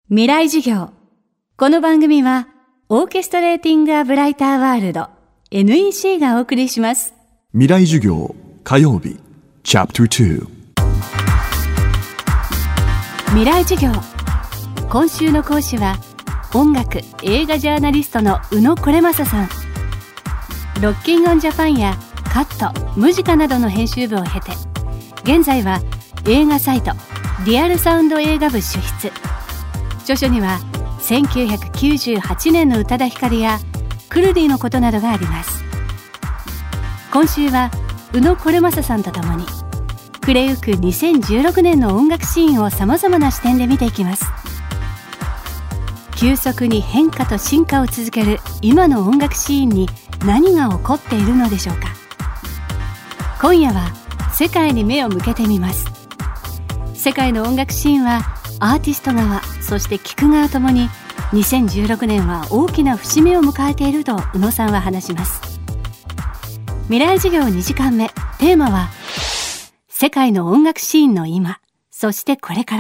未来授業。この番組はオーケストレーティングアブライターワールド NEC がお送りします。 未来授業火曜日チャプター2。 未来授業。今週の講師は音楽映画ジャーナリストの宇野これまささん。ロッキンオンジャパンやカット、ムジカなどの編集部を経て、現在は映画サイトリアルサウンド映画部主筆。著書には1998年の宇多田ヒカルやクルディのことなどがあります。今週は宇野これまささんとともに暮れゆく2016年の音楽シーンをさまざまな視点で見ていきます。急速に変化と進化を続ける今の音楽シーンに何が起こっているのでしょうか。今夜は世界に目を向けてみます。世界の音楽シーンはアーティスト側、そして聴く側ともに2016年は大きな節目を迎えていると宇野さんは話します。未来授業2時間目、テーマは世界の音楽シーンの今、そしてこれから。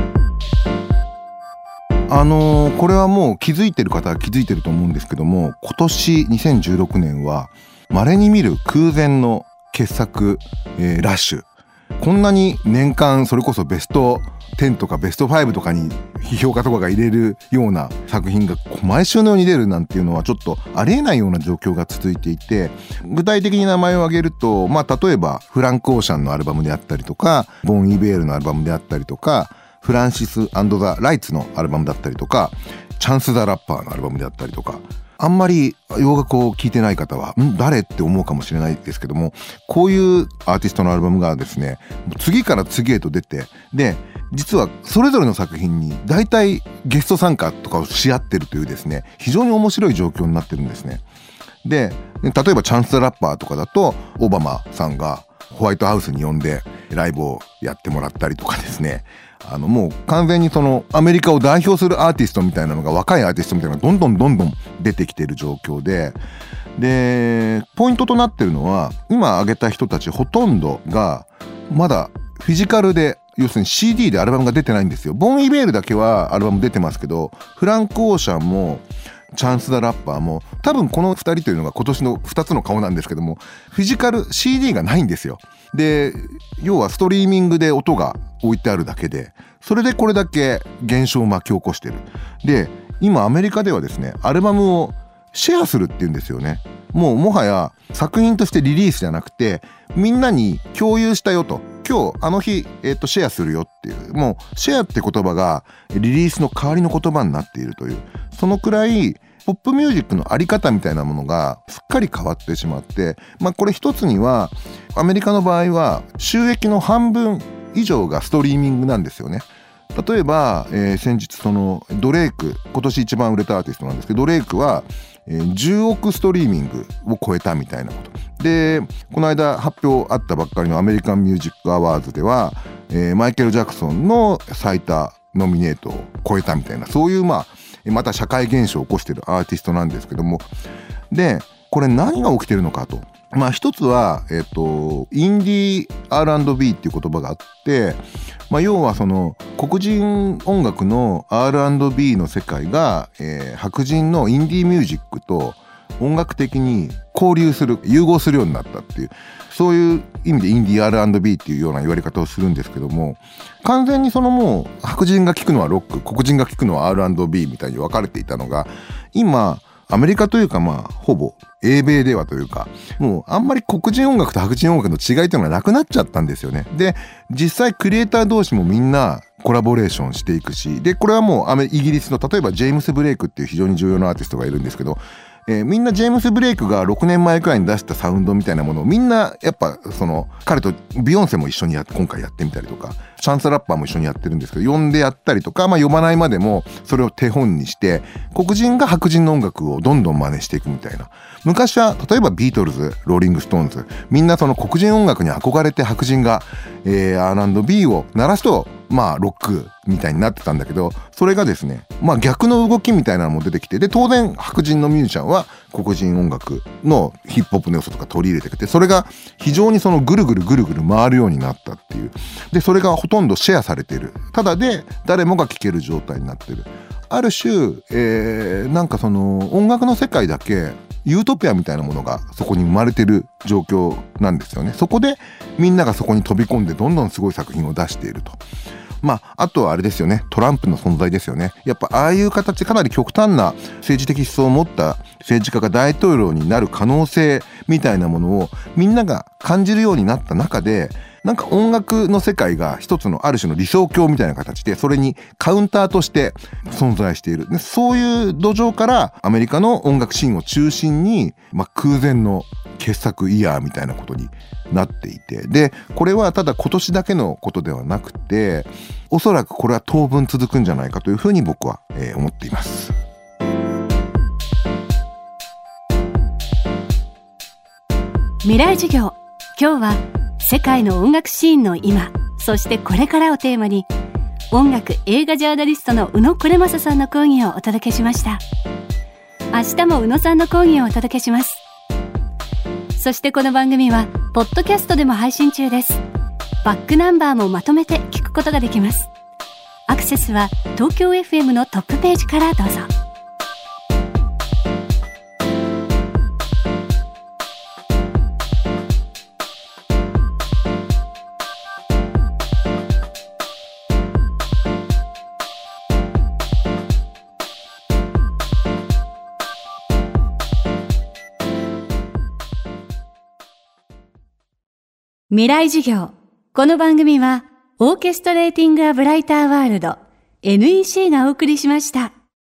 これはもう気づいてる方は気づいてると思うんですけども、今年2016年は稀に見る空前の傑作、ラッシュ。こんなに年間それこそベスト10とかベスト5とかに批評家とかが入れるような作品が毎週のように出るなんていうのはちょっとありえないような状況が続いていて、具体的に名前を挙げると、例えばフランク・オーシャンのアルバムであったりとか、ボン・イベールのアルバムであったりとか、フランシス&ザ・ライツのアルバムだったりとか、チャンス・ザ・ラッパーのアルバムであったりとか、あんまり洋楽を聴いてない方は誰って思うかもしれないですけども、こういうアーティストのアルバムがですね、次から次へと出て、で実はそれぞれの作品に大体ゲスト参加とかをし合ってるというですね、非常に面白い状況になってるんですね。で例えばチャンス・ザ・ラッパーとかだとオバマさんがホワイトハウスに呼んでライブをやってもらったりとかですね、もう完全にそのアメリカを代表するアーティストみたいなのが、若いアーティストみたいなのがどんどん出てきている状況で、ポイントとなっているのは、今挙げた人たちほとんどがまだフィジカルで、要するに CD でアルバムが出てないんですよ。ボン・イベールだけはアルバム出てますけど、フランク・オーシャンもチャンス・ザ・ラッパーも多分この2人というのが今年の2つの顔なんですけども、フィジカル CD がないんですよ。で要はストリーミングで音が置いてあるだけで、それでこれだけ現象を巻き起こしてる。で今アメリカではですね、アルバムをシェアするっていうんですよね。もはや作品としてリリースじゃなくて、みんなに共有したよと、今日あの日、シェアするよっていう、もうシェアって言葉がリリースの代わりの言葉になっているという、そのくらいポップミュージックのあり方みたいなものがすっかり変わってしまって、これ一つにはアメリカの場合は収益の半分以上がストリーミングなんですよね。例えば、先日そのドレイク、今年一番売れたアーティストなんですけど、ドレイクは、10億ストリーミングを超えたみたいなことで、この間発表あったばっかりのアメリカンミュージックアワーズでは、マイケル・ジャクソンの最多ノミネートを超えたみたいな、そういうまた社会現象を起こしているアーティストなんですけども、でこれ何が起きてるのかと。一つは、インディー R&B っていう言葉があって、要はその黒人音楽の R&B の世界が、白人のインディーミュージックと音楽的に交流する、融合するようになったっていう、そういう意味でインディー R&B っていうような言われ方をするんですけども、完全にそのもう白人が聴くのはロック、黒人が聴くのは R&B みたいに分かれていたのが、今アメリカというかほぼ英米ではというか、もうあんまり黒人音楽と白人音楽の違いというのがなくなっちゃったんですよね。で実際クリエイター同士もみんなコラボレーションしていくし、でこれはもうイギリスの例えばジェームス・ブレイクっていう非常に重要なアーティストがいるんですけど、みんなジェームス・ブレイクが6年前くらいに出したサウンドみたいなものをみんなやっぱその彼とビヨンセも一緒に今回やってみたりとか、チャンス・ラッパーも一緒にやってるんですけど、呼んでやったりとか、呼ばないまでもそれを手本にして黒人が白人の音楽をどんどん真似していくみたいな。昔は例えばビートルズ、ローリング・ストーンズ、みんなその黒人音楽に憧れて白人が、R&B を鳴らすとまあロックみたいになってたんだけど、それがですね、まあ逆の動きみたいなのも出てきて、で当然白人のミュージシャンは黒人音楽のヒップホップの要素とか取り入れてきて、それが非常にそのぐるぐる回るようになったっていう。でそれがほとんどシェアされてる、ただで誰もが聴ける状態になってる。ある種、なんかその音楽の世界だけユートピアみたいなものがそこに生まれてる状況なんですよね。そこでみんながそこに飛び込んでどんどんすごい作品を出していると。まあ、あとはあれですよね、トランプの存在ですよね。やっぱああいう形、かなり極端な政治的思想を持った政治家が大統領になる可能性みたいなものをみんなが感じるようになった中で、なんか音楽の世界が一つのある種の理想郷みたいな形で、それにカウンターとして存在している。でそういう土壌からアメリカの音楽シーンを中心に、空前の傑作イヤーみたいなことになっていて、でこれはただ今年だけのことではなくて、おそらくこれは当分続くんじゃないかというふうに僕は、思っています。 未来授業、今日は世界の音楽シーンの今、そしてこれからをテーマに、音楽映画ジャーナリストの宇野これまささんの講義をお届けしました。明日も宇野さんの講義をお届けします。そしてこの番組はポッドキャストでも配信中です。バックナンバーもまとめて聞くことができます。アクセスは東京 FM のトップページからどうぞ。未来授業。この番組はオーケストレーティング・ア・ブライター・ワールド NEC がお送りしました。